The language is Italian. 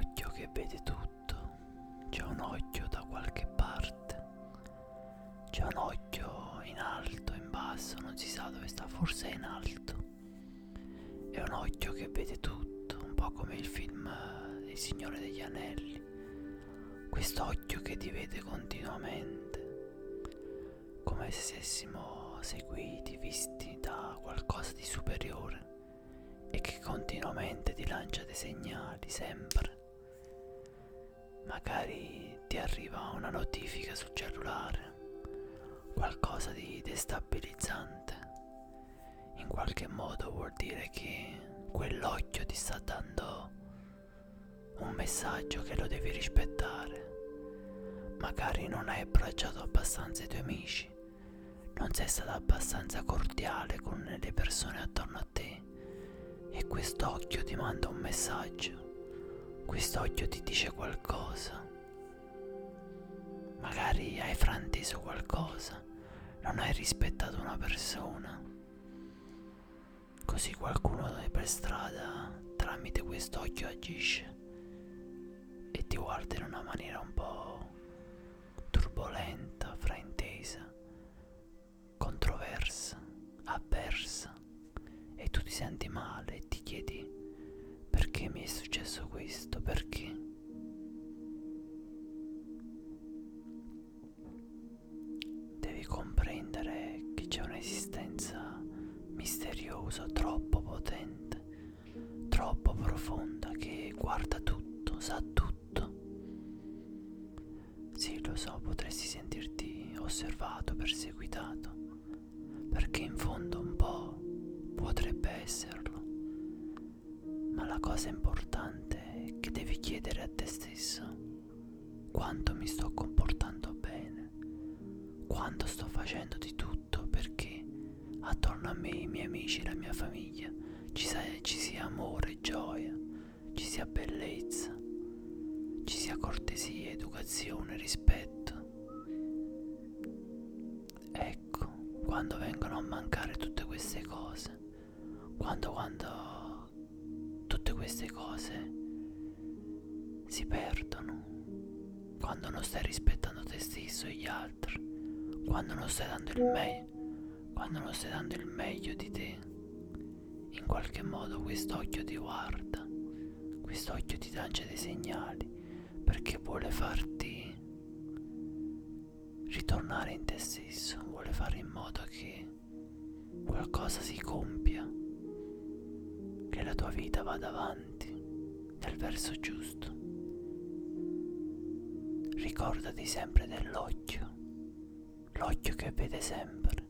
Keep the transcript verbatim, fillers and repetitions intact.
occhio che vede tutto, c'è un occhio da qualche parte, c'è un occhio in alto, in basso, non si sa dove sta, forse è in alto. È un occhio che vede tutto, un po' come il film Il Signore degli Anelli. Quest'occhio che ti vede continuamente, come se stessimo seguiti, visti da qualcosa di superiore e che continuamente ti lancia dei segnali, sempre. Magari ti arriva una notifica sul cellulare, qualcosa di destabilizzante. In qualche modo vuol dire che quell'occhio ti sta dando un messaggio che lo devi rispettare. Magari non hai abbracciato abbastanza i tuoi amici, non sei stato abbastanza cordiale con le persone attorno a te e quest'occhio ti manda un messaggio, quest'occhio ti dice qualcosa. Magari hai frainteso qualcosa, non hai rispettato una persona. Così qualcuno per strada tramite quest'occhio agisce e ti guarda in una maniera un po' turbolenta, fraintesa, controversa, avversa, e tu ti senti male e ti chiedi: perché mi è successo questo? Perché? Devi comprendere che c'è un'esistenza misteriosa, troppo potente, troppo profonda, che guarda tutto, sa tutto. Sì, lo so, potresti sentirti osservato, perseguitato, perché in fondo un po' potrebbe esserlo, ma la cosa importante è che devi chiedere a te stesso: quanto mi sto comportando bene, quanto sto facendo di tutto perché attorno a me, i miei amici, la mia famiglia, ci sia, ci sia amore, gioia, ci sia bellezza, ci sia cortesia, educazione, rispetto. Ecco, quando vengono a mancare tutte queste cose, quando, quando tutte queste cose si perdono, quando non stai rispettando te stesso e gli altri, quando non stai dando il meglio, quando non stai dando il meglio di te, in qualche modo quest'occhio ti guarda, quest'occhio ti lancia dei segnali perché vuole farti ritornare in te stesso, vuole fare in modo che qualcosa si compia, che la tua vita vada avanti nel verso giusto. Ricordati sempre dell'occhio, l'occhio che vede sempre,